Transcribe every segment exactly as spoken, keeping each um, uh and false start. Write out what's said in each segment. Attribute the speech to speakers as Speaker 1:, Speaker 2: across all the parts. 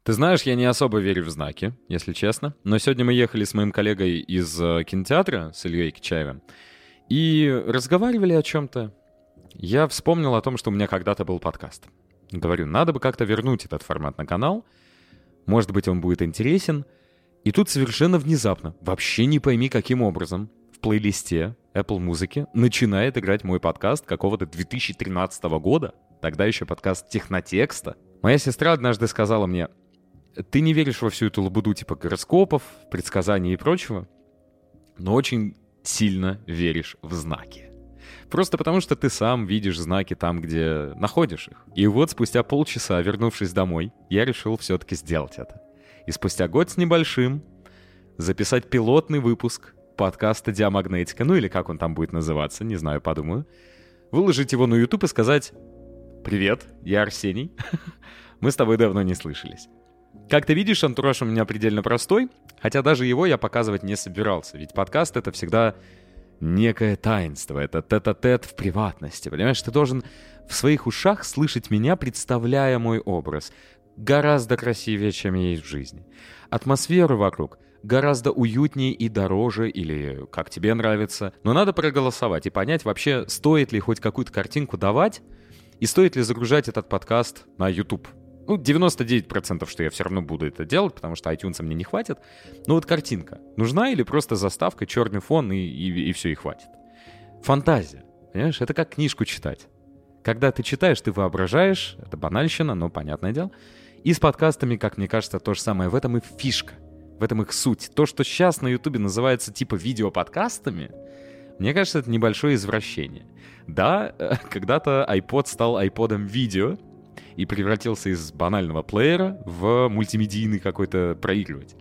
Speaker 1: Ты знаешь, я не особо верю в знаки, если честно. Но сегодня мы ехали с моим коллегой из э, кинотеатра, с Ильей Кичаевым, и разговаривали о чем-то. Я вспомнил о том, что у меня когда-то был подкаст. Говорю, надо бы как-то вернуть этот формат на канал. Может быть, он будет интересен. И тут совершенно внезапно, вообще не пойми каким образом, в плейлисте Apple Music начинает играть мой подкаст какого-то две тысячи тринадцатого года. Тогда еще подкаст Технотекста. Моя сестра однажды сказала мне: ты не веришь во всю эту лабуду типа гороскопов, предсказаний и прочего, но очень сильно веришь в знаки. Просто потому, что ты сам видишь знаки там, где находишь их. И вот спустя полчаса, вернувшись домой, я решил все-таки сделать это. И спустя год с небольшим записать пилотный выпуск подкаста «Диамагнетика», ну или как он там будет называться, не знаю, подумаю. Выложить его на YouTube и сказать: «Привет, я Арсений, мы с тобой давно не слышались». Как ты видишь, антураж у меня предельно простой, хотя даже его я показывать не собирался, ведь подкаст — это всегда некое таинство, это тет-а-тет в приватности, понимаешь? Ты должен в своих ушах слышать меня, представляя мой образ. Гораздо красивее, чем я есть в жизни. Атмосфера вокруг гораздо уютнее и дороже, или как тебе нравится. Но надо проголосовать и понять вообще, стоит ли хоть какую-то картинку давать, и стоит ли загружать этот подкаст на YouTube. Ну, девяносто девять процентов, что я все равно буду это делать, потому что iTunes мне не хватит. Но вот картинка нужна или просто заставка, черный фон и, и, и все, и хватит? Фантазия, понимаешь? Это как книжку читать. Когда ты читаешь, ты воображаешь, это банальщина, но понятное дело. И с подкастами, как мне кажется, то же самое. В этом и фишка, в этом их суть. То, что сейчас на Ютубе называется типа видеоподкастами, мне кажется, это небольшое извращение. Да, когда-то iPod стал iPod'ом видео, и превратился из банального плеера в мультимедийный какой-то проигрыватель.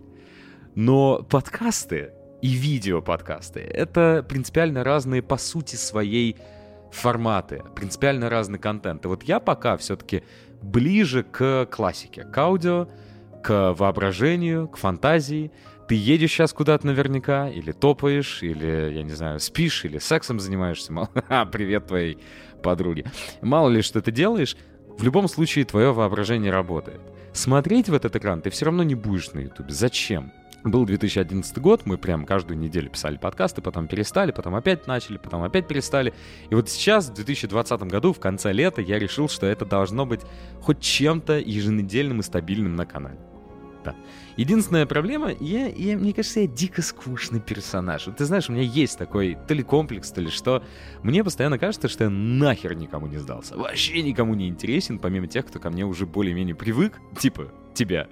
Speaker 1: Но подкасты и видеоподкасты — это принципиально разные по сути своей форматы, принципиально разный контент. И вот я пока все-таки ближе к классике, к аудио, к воображению, к фантазии. Ты едешь сейчас куда-то наверняка, или топаешь, или, я не знаю, спишь, или сексом занимаешься. Привет твоей подруге. Мало ли, что ты делаешь. В любом случае, твое воображение работает. Смотреть в этот экран ты все равно не будешь на Ютубе. Зачем? Был две тысячи одиннадцатый год, мы прям каждую неделю писали подкасты, потом перестали, потом опять начали, потом опять перестали. И вот сейчас, в две тысячи двадцатом году, в конце лета, я решил, что это должно быть хоть чем-то еженедельным и стабильным на канале. Да. Единственная проблема, я, я, мне кажется, я дико скучный персонаж. Вот ты знаешь, у меня есть такой то ли комплекс, то ли что. Мне постоянно кажется, что я нахер никому не сдался. Вообще никому не интересен, помимо тех, кто ко мне уже более-менее привык, типа тебя.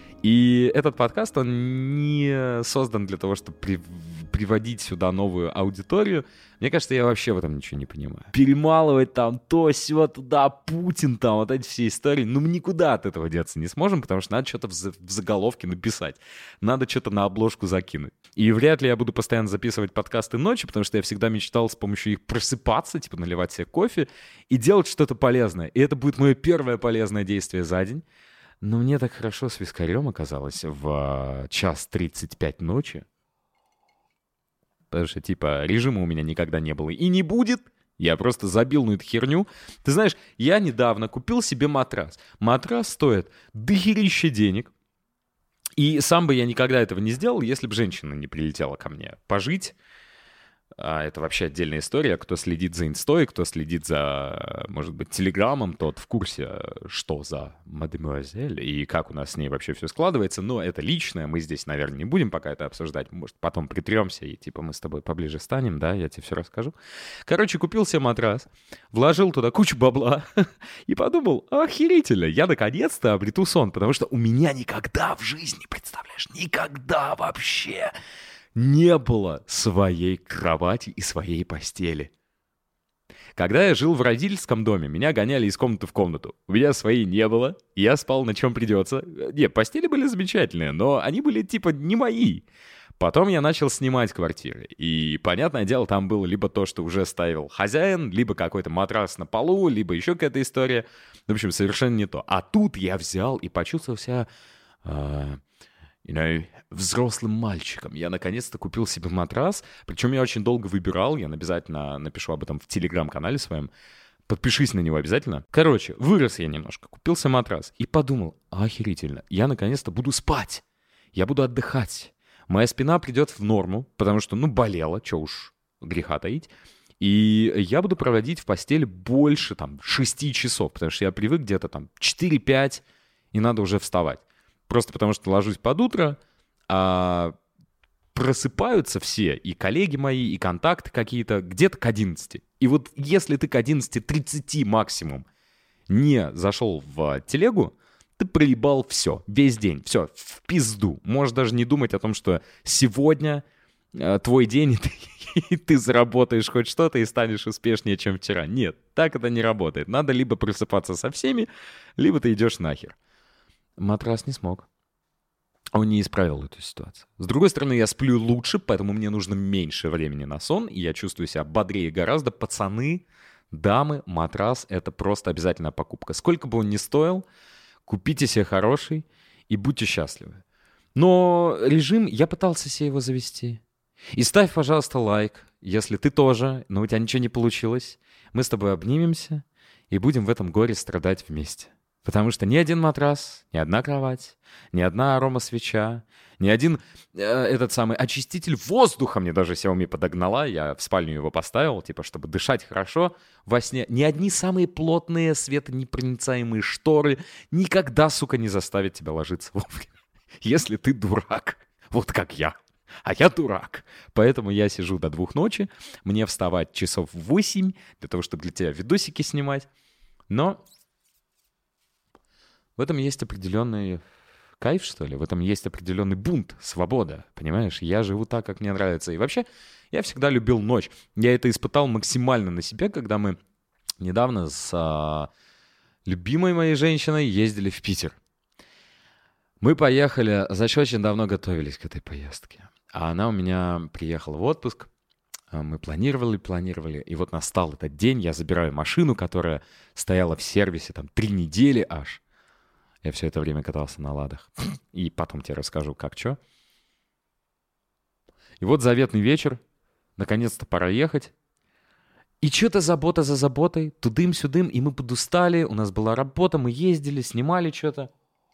Speaker 1: И этот подкаст, он не создан для того, чтобы при... приводить сюда новую аудиторию. Мне кажется, я вообще в этом ничего не понимаю. Перемалывать там то, сё, туда, Путин там, вот эти все истории. Ну, мы никуда от этого деться не сможем, потому что надо что-то в, за... в заголовке написать. Надо что-то на обложку закинуть. И вряд ли я буду постоянно записывать подкасты ночью, потому что я всегда мечтал с помощью их просыпаться, типа наливать себе кофе и делать что-то полезное. И это будет мое первое полезное действие за день. Но мне так хорошо с вискарем оказалось в час тридцать пять ночи. Потому что, типа, режима у меня никогда не было и не будет. Я просто забил на эту херню. Ты знаешь, я недавно купил себе матрас. Матрас стоит дохерища денег. И сам бы я никогда этого не сделал, если бы женщина не прилетела ко мне пожить. А это вообще отдельная история. Кто следит за инстой, кто следит за, может быть, телеграммом, тот в курсе, что за мадемуазель и как у нас с ней вообще все складывается. Но это личное, мы здесь, наверное, не будем пока это обсуждать. Может, потом притремся и, типа, мы с тобой поближе станем, да, я тебе все расскажу. Короче, купил себе матрас, вложил туда кучу бабла и подумал: охерительно, я наконец-то обрету сон, потому что у меня никогда в жизни, представляешь, никогда вообще не было своей кровати и своей постели. Когда я жил в родительском доме, меня гоняли из комнаты в комнату. У меня своей не было, и я спал на чем придется. Не, постели были замечательные, но они были типа не мои. Потом я начал снимать квартиры, и, понятное дело, там было либо то, что уже ставил хозяин, либо какой-то матрас на полу, либо еще какая-то история. В общем, совершенно не то. А тут я взял и почувствовал себя... Uh, you know, взрослым мальчиком. Я наконец-то купил себе матрас, причем я очень долго выбирал, я обязательно напишу об этом в телеграм-канале своем, Подпишись на него обязательно. Короче, вырос я немножко, купился матрас и подумал, охерительно, я наконец-то буду спать, я буду отдыхать. Моя спина придет в норму, потому что, ну, болела, что уж греха таить. И я буду проводить в постели больше, там, шести часов, потому что я привык где-то там четыре-пять, и надо уже вставать. Просто потому что ложусь под утро, а просыпаются все, и коллеги мои, и контакты какие-то, где-то к одиннадцати. И вот если ты к одиннадцати тридцати максимум не зашел в телегу, ты проебал все, весь день, все, в пизду. Можешь даже не думать о том, что сегодня э, твой день, и ты, и ты заработаешь хоть что-то и станешь успешнее, чем вчера. Нет, так это не работает. Надо либо просыпаться со всеми, либо ты идешь нахер. Матрас не смог. Он не исправил эту ситуацию. С другой стороны, я сплю лучше, поэтому мне нужно меньше времени на сон, и я чувствую себя бодрее гораздо. Пацаны, дамы, матрас — это просто обязательная покупка. Сколько бы он ни стоил, купите себе хороший и будьте счастливы. Но режим, я пытался себе его завести. И ставь, пожалуйста, лайк, если ты тоже, но у тебя ничего не получилось. Мы с тобой обнимемся и будем в этом горе страдать вместе. Потому что ни один матрас, ни одна кровать, ни одна аромасвеча, ни один э, этот самый очиститель воздуха мне даже Xiaomi подогнала. Я в спальню его поставил, типа, чтобы дышать хорошо во сне. Ни одни самые плотные светонепроницаемые шторы никогда, сука, не заставят тебя ложиться вовремя. Если ты дурак, вот как я. А я дурак. Поэтому я сижу до двух ночи. Мне вставать часов в восемь для того, чтобы для тебя видосики снимать. Но в этом есть определенный кайф, что ли. В этом есть определенный бунт, свобода. Понимаешь? Я живу так, как мне нравится. И вообще, я всегда любил ночь. Я это испытал максимально на себе, когда мы недавно с а, любимой моей женщиной ездили в Питер. Мы поехали, значит, очень давно готовились к этой поездке. А она у меня приехала в отпуск. Мы планировали, планировали. И вот настал этот день. Я забираю машину, которая стояла в сервисе там три недели аж. Я все это время катался на ладах. И потом тебе расскажу, как что. И вот заветный вечер. Наконец-то пора ехать. И что-то забота за заботой. Тудым-сюдым. И мы подустали. У нас была работа. Мы ездили, снимали что-то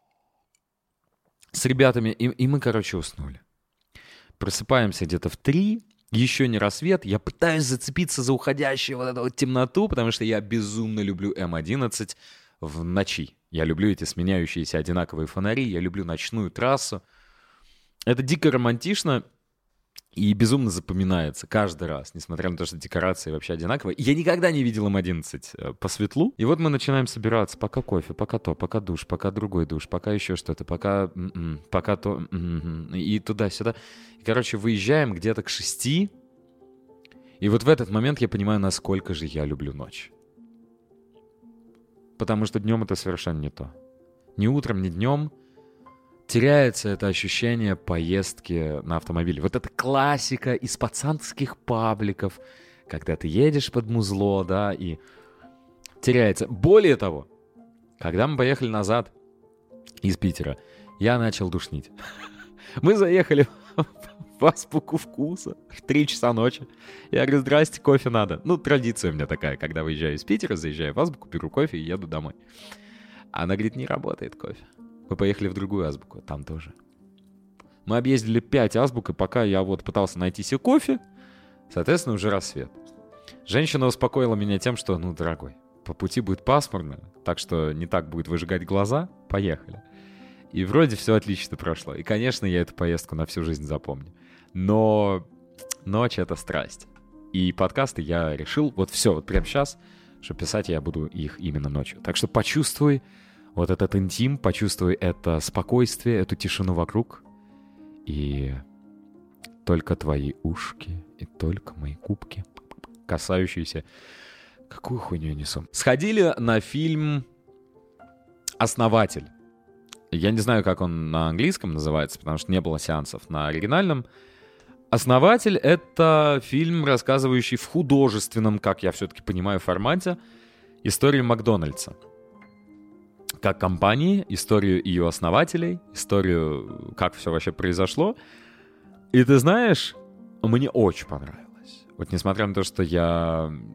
Speaker 1: с ребятами. И, и мы, короче, уснули. Просыпаемся где-то в три. Еще не рассвет. Я пытаюсь зацепиться за уходящую вот эту вот темноту, потому что я безумно люблю эм одиннадцать в ночи. Я люблю эти сменяющиеся одинаковые фонари, я люблю ночную трассу. Это дико романтично и безумно запоминается каждый раз, несмотря на то, что декорации вообще одинаковые. Я никогда не видел эм одиннадцать по светлу. И вот мы начинаем собираться. Пока кофе, пока то, пока душ, пока другой душ, пока еще что-то, пока, пока то, и туда-сюда. И, короче, выезжаем где-то к шести. И вот в этот момент я понимаю, насколько же я люблю ночь. Потому что днем это совершенно не то. Ни утром, ни днем теряется это ощущение поездки на автомобиле. Вот это классика из пацанских пабликов, когда ты едешь под музло, да, и теряется. Более того, когда мы поехали назад из Питера, я начал душнить. Мы заехали в Азбуку Вкуса в три часа ночи. Я говорю, здрасте, кофе надо. Ну, традиция у меня такая, когда выезжаю из Питера, заезжаю в Азбуку, беру кофе и еду домой. Она говорит, не работает кофе. Мы поехали в другую Азбуку, там тоже. Мы объездили пять Азбук, и пока я вот пытался найти себе кофе, соответственно, уже рассвет. Женщина успокоила меня тем, что, ну, дорогой, по пути будет пасмурно, так что не так будет выжигать глаза, поехали. И вроде все отлично прошло. И, конечно, я эту поездку на всю жизнь запомню. Но ночь — это страсть. И подкасты я решил, вот все, вот прямо сейчас, что писать я буду их именно ночью. Так что почувствуй вот этот интим, почувствуй это спокойствие, эту тишину вокруг. И только твои ушки и только мои губки, касающиеся... Какую хуйню я несу? Сходили на фильм «Основатель». Я не знаю, как он на английском называется, потому что не было сеансов на оригинальном. «Основатель» — это фильм, рассказывающий в художественном, как я все-таки понимаю, формате историю Макдональдса. Как компании, историю ее основателей, историю, как все вообще произошло. И ты знаешь, мне очень понравилось. Вот несмотря на то, что я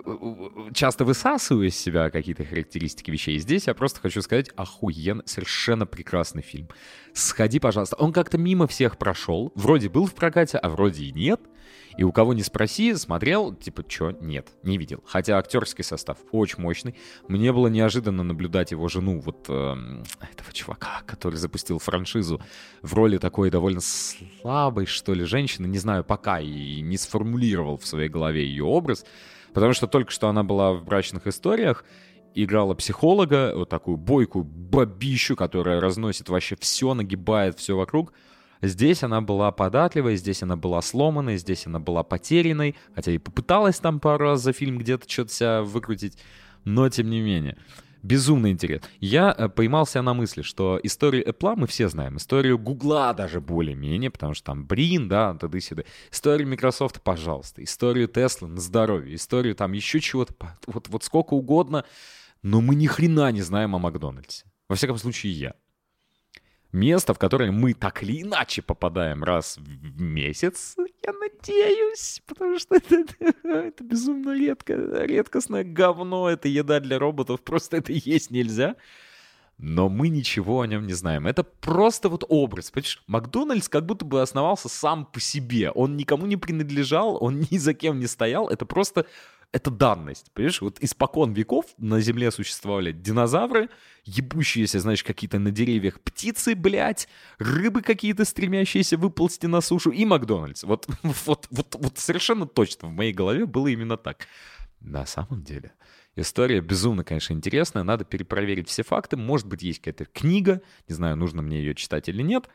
Speaker 1: часто высасываю из себя какие-то характеристики вещей. Здесь я просто хочу сказать, охуенно, совершенно прекрасный фильм. Сходи, пожалуйста. Он как-то мимо всех прошел. Вроде был в прокате, а вроде и нет. И у кого не спроси, смотрел, типа, чё, нет, не видел. Хотя актерский состав очень мощный. Мне было неожиданно наблюдать его жену, вот э, этого чувака, который запустил франшизу, в роли такой довольно слабой, что ли, женщины. Не знаю, пока и не сформулировал в своей голове ее образ. Потому что только что она была в «Брачных историях», играла психолога, вот такую бойкую бабищу, которая разносит вообще все, нагибает все вокруг. Здесь она была податливой, здесь она была сломанной, здесь она была потерянной, хотя и попыталась там пару раз за фильм где-то что-то себя выкрутить, но тем не менее. Безумно интересно. Я поймался на мысли, что историю Apple мы все знаем, историю Гугла даже более-менее, потому что там Брин, да, туда-сюда. Историю Microsoft, пожалуйста. Историю Tesla на здоровье. Историю там еще чего-то, вот, вот сколько угодно, но мы ни хрена не знаем о Макдональдсе. Во всяком случае, я. Место, в которое мы так или иначе попадаем раз в месяц, я надеюсь, потому что это, это, это безумно редко, редкостное говно, это еда для роботов, просто это есть нельзя. Но мы ничего о нем не знаем. Это просто вот образ. Понимаешь? Макдональдс как будто бы основался сам по себе. Он никому не принадлежал, он ни за кем не стоял. Это просто... Это данность, понимаешь? Вот испокон веков на Земле существовали динозавры, ебущиеся, знаешь, какие-то на деревьях птицы, блядь, рыбы какие-то, стремящиеся выползти на сушу, и Макдональдс. Вот, вот, вот, вот совершенно точно в моей голове было именно так. На самом деле, история безумно, конечно, интересная. Надо перепроверить все факты. Может быть, есть какая-то книга. Не знаю, нужно мне ее читать или нет.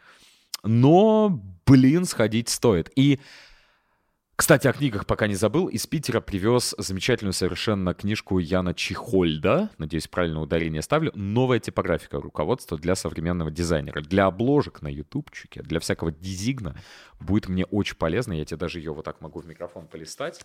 Speaker 1: Но, блин, сходить стоит. И... Кстати, о книгах пока не забыл. Из Питера привез замечательную совершенно книжку Яна Чехольда. Надеюсь, правильное ударение ставлю. «Новая типографика. Руководство для современного дизайнера». Для обложек на ютубчике, для всякого дизигна будет мне очень полезно. Я тебе даже ее вот так могу в микрофон полистать.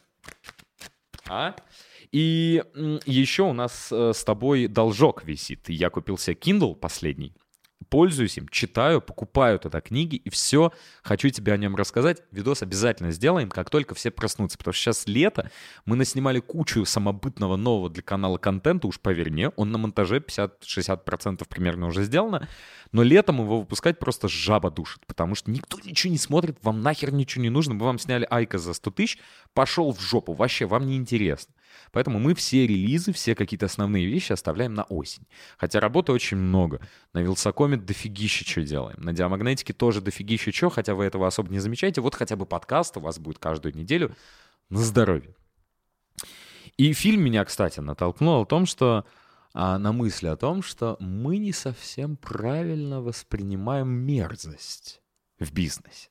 Speaker 1: А? И еще у нас с тобой должок висит. Я купил себе Kindle последний. Пользуюсь им, читаю, покупаю тогда книги, и все, хочу тебе о нем рассказать. Видос обязательно сделаем, как только все проснутся, потому что сейчас лето, мы наснимали кучу самобытного нового для канала контента, уж поверь мне, он на монтаже пятьдесят-шестьдесят процентов примерно уже сделано, но летом его выпускать просто жаба душит, потому что никто ничего не смотрит, вам нахер ничего не нужно, мы вам сняли Айка за сто тысяч, пошел в жопу, вообще вам не интересно. Поэтому мы все релизы, все какие-то основные вещи оставляем на осень. Хотя работы очень много. На Вилсакоме дофигища что делаем. На Диамагнетике тоже дофигища что, хотя вы этого особо не замечаете. Вот хотя бы подкаст у вас будет каждую неделю на здоровье. И фильм меня, кстати, натолкнул о том, что... А, на мысли о том, что мы не совсем правильно воспринимаем мерзость в бизнесе.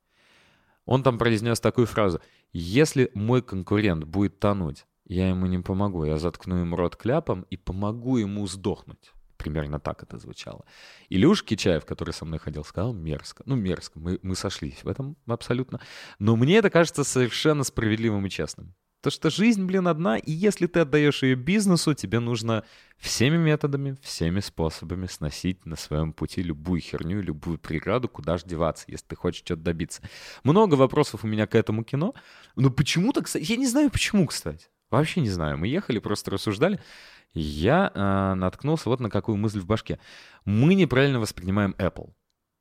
Speaker 1: Он там произнес такую фразу: «Если мой конкурент будет тонуть, я ему не помогу, я заткну ему рот кляпом и помогу ему сдохнуть». Примерно так это звучало. Илюш Кичаев, который со мной ходил, сказал: мерзко. Ну, мерзко, мы, мы сошлись в этом абсолютно. Но мне это кажется совершенно справедливым и честным. То, что жизнь, блин, одна, и если ты отдаешь ее бизнесу, тебе нужно всеми методами, всеми способами сносить на своем пути любую херню, любую преграду, куда ж деваться, если ты хочешь что-то добиться. Много вопросов у меня к этому кино. Но почему-то, кстати, я не знаю почему, кстати. Вообще не знаю. Мы ехали, просто рассуждали. Я э, наткнулся вот на какую мысль в башке. Мы неправильно воспринимаем Apple.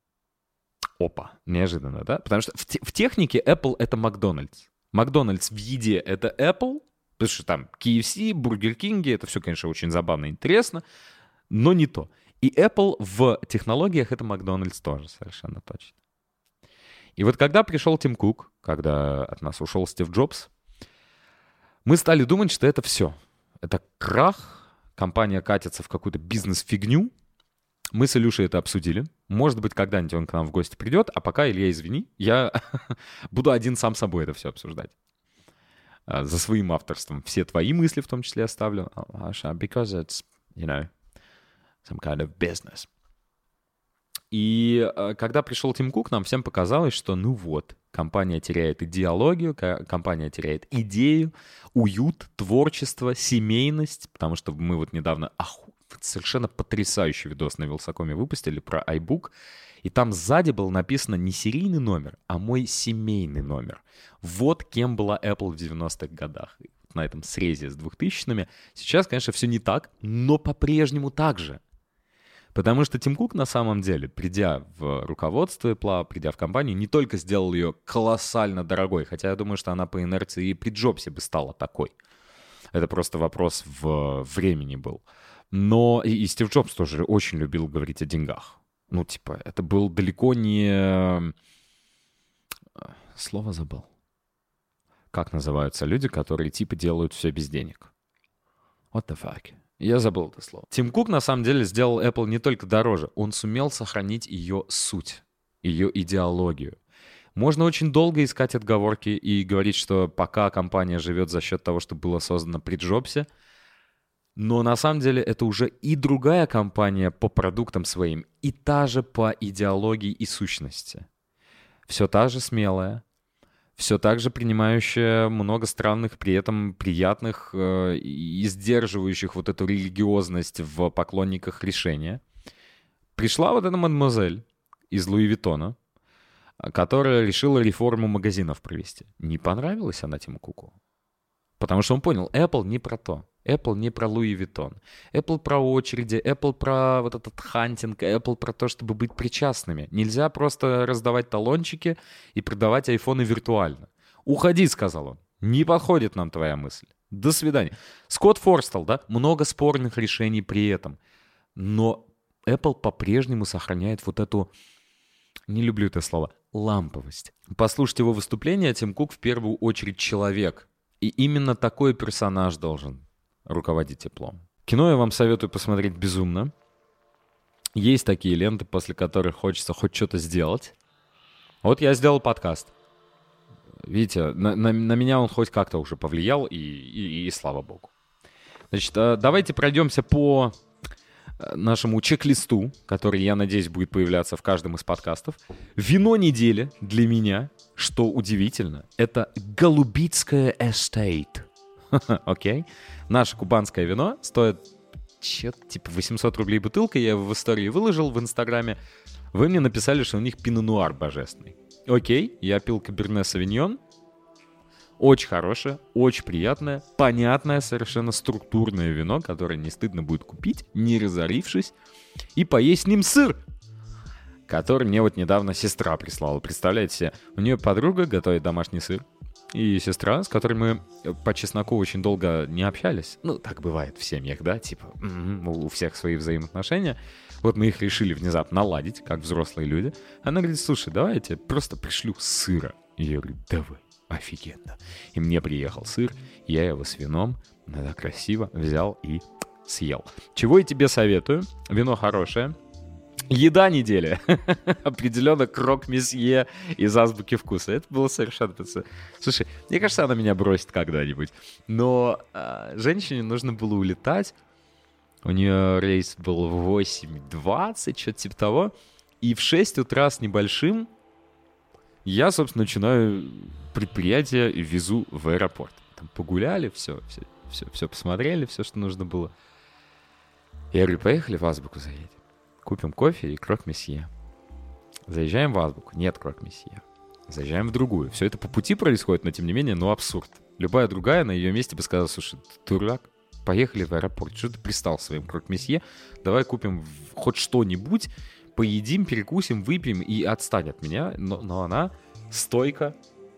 Speaker 1: Опа, неожиданно, да? Потому что в, те, в технике Apple — это Макдональдс. Макдональдс в еде — это Apple, потому что там кей эф си, Бургер Кинги, это все, конечно, очень забавно и интересно, но не то. И Apple в технологиях — это Макдональдс тоже, совершенно точно. И вот когда пришел Тим Кук, когда от нас ушел Стив Джобс, мы стали думать, что это все. Это крах, компания катится в какую-то бизнес-фигню. Мы с Илюшей это обсудили. Может быть, когда-нибудь он к нам в гости придет, а пока, Илья, извини, я буду один сам собой это все обсуждать. За своим авторством. Все твои мысли в том числе оставлю. Because it's, you know, some kind of business. И когда пришел Тим Кук, нам всем показалось, что ну вот, компания теряет идеологию, компания теряет идею, уют, творчество, семейность, потому что мы вот недавно оху, совершенно потрясающий видос на Вилсакоме выпустили про iBook, и там сзади было написано не серийный номер, а мой семейный номер. Вот кем была Apple в девяностых годах. на этом срезе с двухтысячными. Сейчас, конечно, все не так, но по-прежнему так же. Потому что Тим Кук на самом деле, придя в руководство Apple, придя в компанию, не только сделал ее колоссально дорогой, хотя я думаю, что она по инерции и при Джобсе бы стала такой. Это просто вопрос в времени был. Но и, и Стив Джобс тоже очень любил говорить о деньгах. Ну, типа, это был далеко не... Слово забыл. Как называются люди, которые типа делают все без денег? What the fuck? Я забыл это слово. Тим Кук на самом деле сделал Apple не только дороже, он сумел сохранить ее суть, ее идеологию. Можно очень долго искать отговорки и говорить, что пока компания живет за счет того, что было создано при Джобсе, но на самом деле это уже и другая компания по продуктам своим, и та же по идеологии и сущности. Все та же смелая, все так же принимающая много странных, при этом приятных э, и сдерживающих вот эту религиозность в поклонниках решения. Пришла вот эта мадемуазель из Луи Виттона, которая решила реформу магазинов провести. Не понравилась она Тиму Куку. Потому что он понял, Apple не про то. Apple не про Луи Виттон. Apple про очереди, Apple про вот этот хантинг, Apple про то, чтобы быть причастными. Нельзя просто раздавать талончики и продавать айфоны виртуально. «Уходи», — сказал он. «Не подходит нам твоя мысль. До свидания». Скотт Форстелл, да? Много спорных решений при этом. Но Apple по-прежнему сохраняет вот эту, не люблю это слово, ламповость. Послушайте его выступление, Тим Кук в первую очередь человек. И именно такой персонаж должен руководить Apple. Кино я вам советую посмотреть безумно. Есть такие ленты, после которых хочется хоть что-то сделать. Вот я сделал подкаст. Видите, на, на, на меня он хоть как-то уже повлиял, и, и, и слава богу. Значит, давайте пройдемся по нашему чек-листу, который, я надеюсь, будет появляться в каждом из подкастов. Вино недели для меня, что удивительно, это Голубицкое Эстейт. Окей? Наше кубанское вино стоит что-то типа восемьсот рублей бутылка. Я его в истории выложил в Инстаграме. Вы мне написали, что у них пино-нуар божественный. Окей, я пил Каберне Савиньон. Очень хорошее, очень приятное, понятное, совершенно структурное вино, которое не стыдно будет купить, не разорившись, и поесть с ним сыр, который мне вот недавно сестра прислала. Представляете себе, у нее подруга готовит домашний сыр, и сестра, с которой мы по чесноку очень долго не общались. Ну, так бывает в семьях, да, типа, у всех свои взаимоотношения. Вот мы их решили внезапно наладить, как взрослые люди. Она говорит, слушай, давай я тебе просто пришлю сыра. И я говорю, давай, офигенно. И мне приехал сыр, я его с вином, надо красиво взял и съел. Чего я тебе советую? Вино хорошее. Еда недели. Определенно крок-месье из азбуки вкуса. Это было совершенно... Слушай, мне кажется, она меня бросит когда-нибудь. Но а, женщине нужно было улетать. У нее рейс был в восемь двадцать, что-то типа того. И в шесть утра с небольшим я, собственно, начинаю предприятие и везу в аэропорт. Там погуляли, все, все, все, все посмотрели, все, что нужно было. Я говорю, поехали в азбуку заедем. Купим кофе и крок-месье. Заезжаем в азбуку. Нет крок-месье. Заезжаем в другую. Все это по пути происходит, но тем не менее, ну абсурд. Любая другая на ее месте бы сказала, слушай, ты дурак, поехали в аэропорт. Что ты пристал своим крок-месье? Давай купим хоть что-нибудь, поедим, перекусим, выпьем и отстань от меня. Но, но она стойко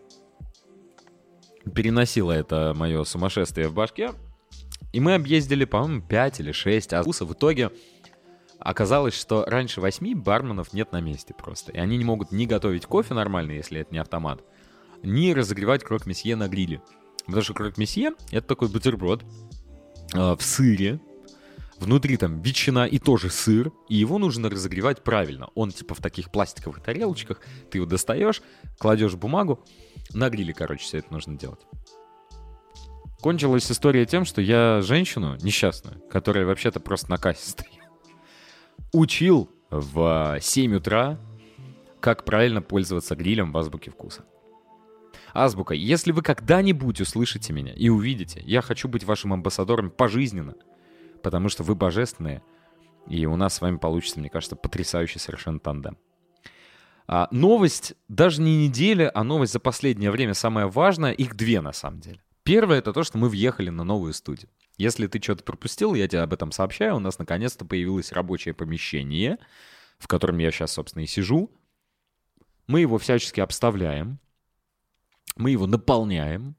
Speaker 1: переносила это мое сумасшествие в башке. И мы объездили, по-моему, пять или шесть азбусов. В итоге оказалось, что раньше восьми барменов нет на месте просто. И они не могут ни готовить кофе нормально, если это не автомат, ни разогревать крок-месье на гриле. Потому что крок-месье — это такой бутерброд э, в сыре. Внутри там ветчина и тоже сыр. И его нужно разогревать правильно. Он типа в таких пластиковых тарелочках. Ты его достаешь, кладешь бумагу. На гриле, короче, все это нужно делать. Кончилась история тем, что я женщину несчастную, которая вообще-то просто на кассе стоит, учил в семь утра, как правильно пользоваться грилем в азбуке вкуса. Азбука, если вы когда-нибудь услышите меня и увидите, я хочу быть вашим амбассадором пожизненно, потому что вы божественные, и у нас с вами получится, мне кажется, потрясающий совершенно тандем. А новость даже не недели, а новость за последнее время самая важная, их две на самом деле. Первое — это то, что мы въехали на новую студию. Если ты что-то пропустил, я тебе об этом сообщаю. У нас наконец-то появилось рабочее помещение, в котором я сейчас, собственно, и сижу. Мы его всячески обставляем, мы его наполняем.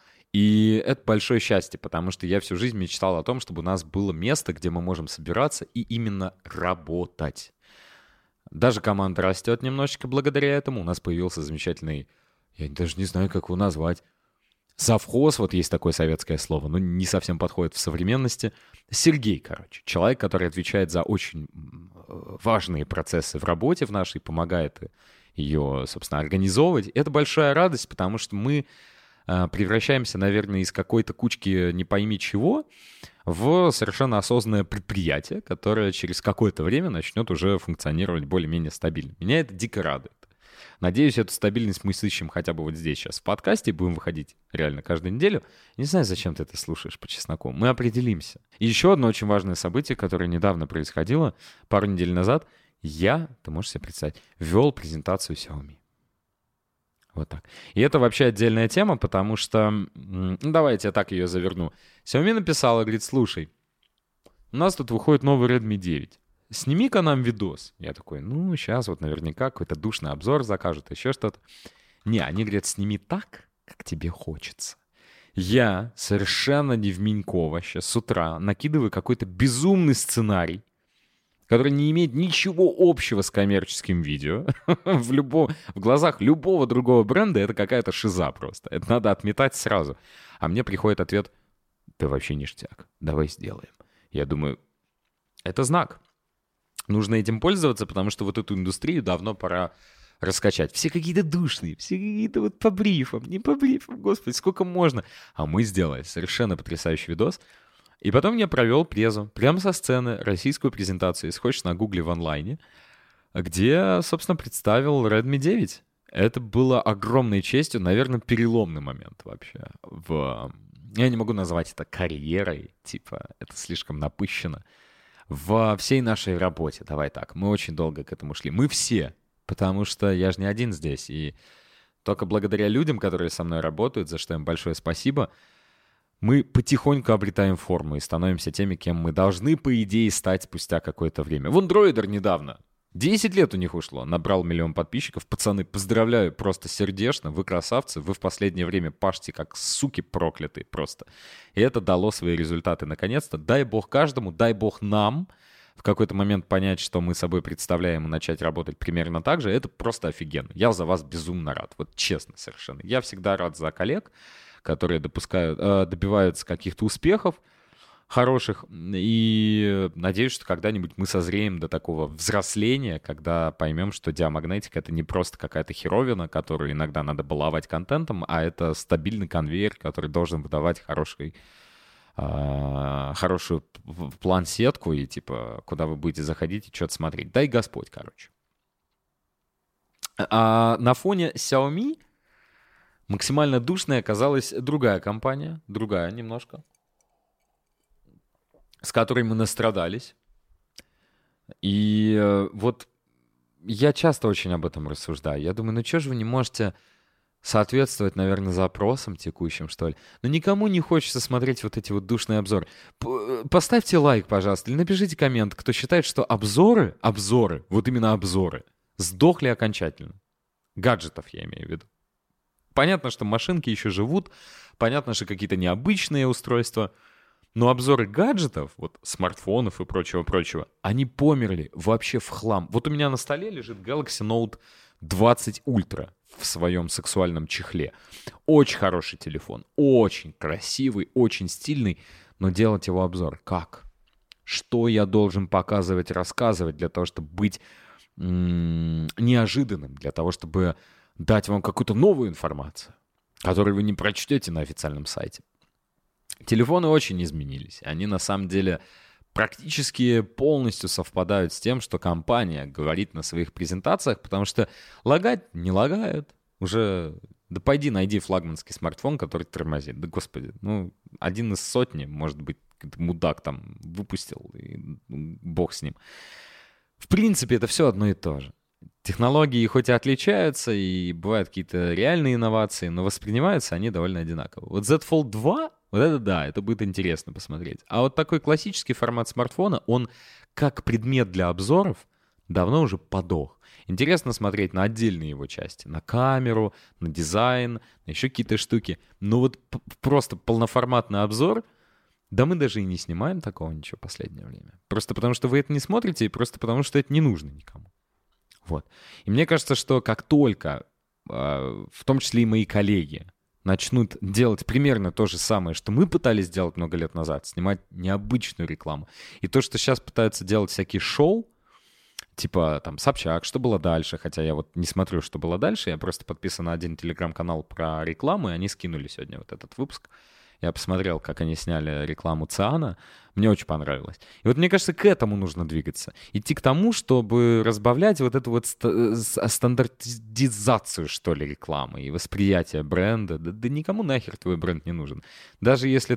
Speaker 1: И это большое счастье, потому что я всю жизнь мечтал о том, чтобы у нас было место, где мы можем собираться и именно работать. Даже команда растет немножечко благодаря этому. У нас появился замечательный, я даже не знаю, как его назвать, завхоз, вот есть такое советское слово, но не совсем подходит в современности. Сергей, короче, человек, который отвечает за очень важные процессы в работе в нашей, помогает ее, собственно, организовывать. Это большая радость, потому что мы превращаемся, наверное, из какой-то кучки не пойми чего в совершенно осознанное предприятие, которое через какое-то время начнет уже функционировать более-менее стабильно. Меня это дико радует. Надеюсь, эту стабильность мы сыщем хотя бы вот здесь сейчас в подкасте, будем выходить реально каждую неделю. Не знаю, зачем ты это слушаешь по чесноку. Мы определимся. И еще одно очень важное событие, которое недавно происходило, пару недель назад, я, ты можешь себе представить, вел презентацию Xiaomi. Вот так. И это вообще отдельная тема, потому что... Ну, давайте я так ее заверну. Xiaomi написала, говорит, слушай, у нас тут выходит новый Redmi девять. Сними-ка нам видос. Я такой, ну, сейчас вот наверняка какой-то душный обзор закажут, еще что-то. Не, они говорят, сними так, как тебе хочется. Я совершенно невменько вообще с утра накидываю какой-то безумный сценарий, который не имеет ничего общего с коммерческим видео. в, любо... в глазах любого другого бренда это какая-то шиза просто. Это надо отметать сразу. А мне приходит ответ, ты вообще ништяк, давай сделаем. Я думаю, это знак. Нужно этим пользоваться, потому что вот эту индустрию давно пора раскачать. Все какие-то душные, все какие-то вот по брифам, не по брифам, господи, сколько можно. А мы сделали совершенно потрясающий видос. И потом я провел презу, прямо со сцены, российскую презентацию, если хочешь, на гугле в онлайне, где, собственно, представил Redmi девять. Это было огромной честью, наверное, переломный момент вообще. В... Я не могу назвать это карьерой, типа, это слишком напыщено. Во всей нашей работе, давай так, мы очень долго к этому шли. Мы все, потому что я же не один здесь, и только благодаря людям, которые со мной работают, за что им большое спасибо, мы потихоньку обретаем форму и становимся теми, кем мы должны, по идее, стать спустя какое-то время. Вон Дроидер недавно. десять лет у них ушло. Набрал миллион подписчиков. Пацаны, поздравляю просто сердечно. Вы красавцы. Вы в последнее время пашете как суки проклятые просто. И это дало свои результаты. Наконец-то, дай бог каждому, дай бог нам в какой-то момент понять, что мы собой представляем, и начать работать примерно так же. Это просто офигенно. Я за вас безумно рад. Вот честно совершенно. Я всегда рад за коллег, которые допускают, э, добиваются каких-то успехов хороших. И надеюсь, что когда-нибудь мы созреем до такого взросления, когда поймем, что диамагнетик — это не просто какая-то херовина, которую иногда надо баловать контентом, а это стабильный конвейер, который должен выдавать хороший, э, хорошую план-сетку и типа, куда вы будете заходить и что-то смотреть. Дай Господь, короче. А на фоне Xiaomi максимально душной оказалась другая компания, другая немножко, с которой мы настрадались. И э, вот я часто очень об этом рассуждаю. Я думаю, ну что же вы не можете соответствовать, наверное, запросам текущим, что ли? Но никому не хочется смотреть вот эти вот душные обзоры. П- поставьте лайк, пожалуйста, или напишите коммент, кто считает, что обзоры, обзоры, вот именно обзоры, сдохли окончательно. Гаджетов я имею в виду. Понятно, что машинки еще живут, понятно, что какие-то необычные устройства, но обзоры гаджетов, вот смартфонов и прочего-прочего, они померли вообще в хлам. Вот у меня на столе лежит Galaxy Note двадцать Ultra в своем сексуальном чехле. Очень хороший телефон, очень красивый, очень стильный, но делать его обзор как? Что я должен показывать, рассказывать для того, чтобы быть м- неожиданным, для того, чтобы дать вам какую-то новую информацию, которую вы не прочтете на официальном сайте. Телефоны очень изменились. Они на самом деле практически полностью совпадают с тем, что компания говорит на своих презентациях, потому что лагать не лагают. Уже, да пойди найди флагманский смартфон, который тормозит. Да господи, ну один из сотни, может быть, мудак там выпустил, и бог с ним. В принципе, это все одно и то же. Технологии хоть и отличаются, и бывают какие-то реальные инновации, но воспринимаются они довольно одинаково. Вот Z Fold два, вот это да, это будет интересно посмотреть. А вот такой классический формат смартфона, он как предмет для обзоров давно уже подох. Интересно смотреть на отдельные его части, на камеру, на дизайн, на еще какие-то штуки. Но вот п- просто полноформатный обзор, да мы даже и не снимаем такого ничего в последнее время. Просто потому что вы это не смотрите, и просто потому что это не нужно никому. Вот. И мне кажется, что как только, э, в том числе и мои коллеги, начнут делать примерно то же самое, что мы пытались делать много лет назад, снимать необычную рекламу, и то, что сейчас пытаются делать всякие шоу, типа там Собчак, что было дальше, хотя я вот не смотрю, что было дальше, я просто подписан на один телеграм-канал про рекламу, и они скинули сегодня вот этот выпуск. Я посмотрел, как они сняли рекламу Циана. Мне очень понравилось. И вот мне кажется, к этому нужно двигаться. Идти к тому, чтобы разбавлять вот эту вот ст- стандартизацию, что ли, рекламы и восприятие бренда. Да, да никому нахер твой бренд не нужен. Даже если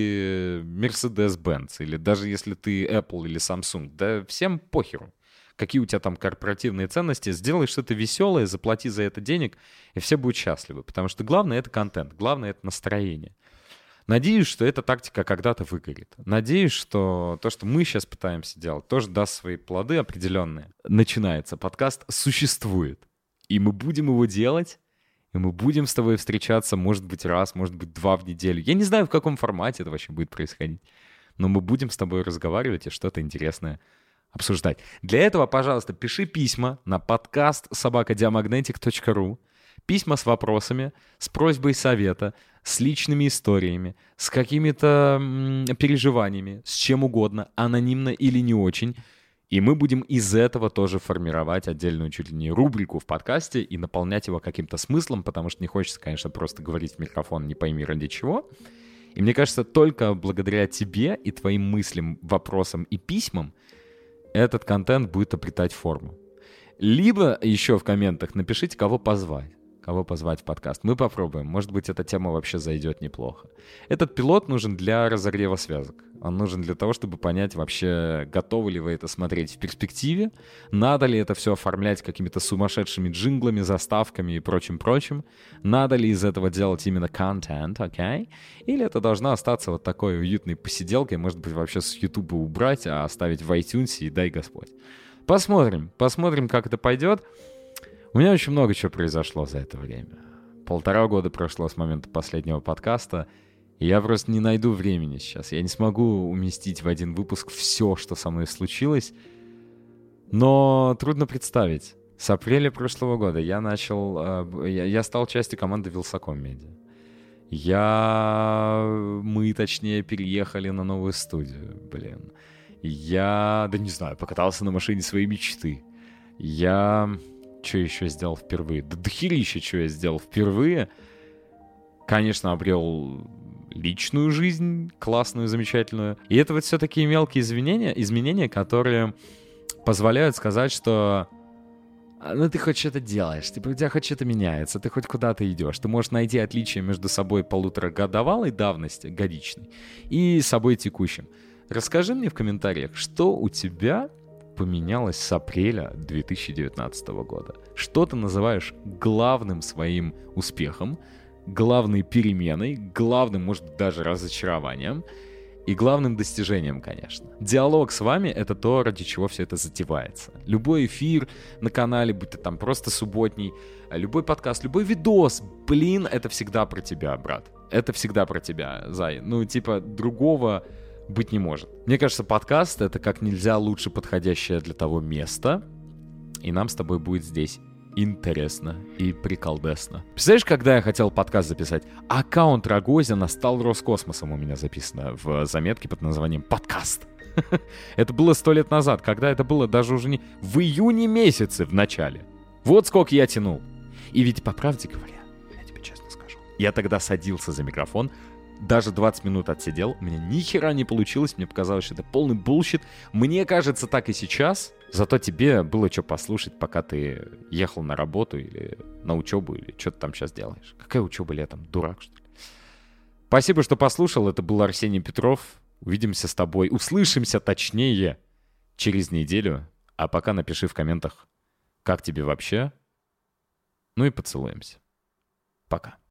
Speaker 1: ты Mercedes-Benz, или даже если ты Apple или Samsung, да всем похеру. Какие у тебя там корпоративные ценности, сделай что-то веселое, заплати за это денег, и все будут счастливы. Потому что главное — это контент, главное — это настроение. Надеюсь, что эта тактика когда-то выгорит. Надеюсь, что то, что мы сейчас пытаемся делать, тоже даст свои плоды определенные. Начинается. Подкаст существует. И мы будем его делать. И мы будем с тобой встречаться, может быть, раз, может быть, два в неделю. Я не знаю, в каком формате это вообще будет происходить. Но мы будем с тобой разговаривать и что-то интересное обсуждать. Для этого, пожалуйста, пиши письма на подкаст собака диамагнетик точка ру. Письма с вопросами, с просьбой совета, с личными историями, с какими-то м, переживаниями, с чем угодно, анонимно или не очень. И мы будем из этого тоже формировать отдельную чуть ли не рубрику в подкасте и наполнять его каким-то смыслом, потому что не хочется, конечно, просто говорить в микрофон не пойми ради чего. И мне кажется, только благодаря тебе и твоим мыслям, вопросам и письмам этот контент будет обретать форму. Либо еще в комментах напишите, кого позвать. Кого позвать в подкаст. Мы попробуем. Может быть, эта тема вообще зайдет неплохо. Этот пилот нужен для разогрева связок. Он нужен для того, чтобы понять вообще, готовы ли вы это смотреть в перспективе, надо ли это все оформлять какими-то сумасшедшими джинглами, заставками и прочим-прочим, надо ли из этого делать именно контент, окей? Okay? Или это должна остаться вот такой уютной посиделкой, может быть, вообще с Ютуба убрать, а оставить в iTunes и дай Господь. Посмотрим, посмотрим, как это пойдет. У меня очень много чего произошло за это время. Полтора года прошло с момента последнего подкаста, и я просто не найду времени сейчас. Я не смогу уместить в один выпуск все, что со мной случилось. Но трудно представить. С апреля прошлого года я начал... Э, я, я стал частью команды Вилсаком Медиа. Я... Мы, точнее, переехали на новую студию, блин. Я... Да не знаю, покатался на машине своей мечты. Я... Что еще сделал впервые? Да дохерища, что я сделал впервые. Конечно, обрел личную жизнь, классную, замечательную. И это вот все такие мелкие изменения, изменения, которые позволяют сказать, что ну ты хоть что-то делаешь, типа, у тебя хоть что-то меняется, ты хоть куда-то идешь. Ты можешь найти отличие между собой полуторагодовалой давности, годичной, и собой текущим. Расскажи мне в комментариях, что у тебя поменялось с апреля две тысячи девятнадцатого года. Что ты называешь главным своим успехом, главной переменой, главным, может быть, даже разочарованием и главным достижением, конечно. Диалог с вами — это то, ради чего все это затевается. Любой эфир на канале, будь то там просто субботний, любой подкаст, любой видос, блин, это всегда про тебя, брат. Это всегда про тебя, Зай. Ну, типа, другого быть не может. Мне кажется, подкаст — это как нельзя лучше подходящее для того место, и нам с тобой будет здесь интересно и приколдесно. Представляешь, когда я хотел подкаст записать? Аккаунт Рогозина стал Роскосмосом, у меня записано в заметке под названием «Подкаст». Это было сто лет назад, когда это было даже уже не в июне месяце в начале. Вот сколько я тянул. И ведь, по правде говоря, я тебе честно скажу, я тогда садился за микрофон, даже двадцать минут отсидел, у меня ни хера не получилось, мне показалось, что это полный булщит. Мне кажется, так и сейчас. Зато тебе было что послушать, пока ты ехал на работу или на учебу, или что ты там сейчас делаешь. Какая учеба летом? Дурак, что ли? Спасибо, что послушал. Это был Арсений Петров. Увидимся с тобой. Услышимся, точнее, через неделю. А пока напиши в комментах, как тебе вообще. Ну и поцелуемся. Пока.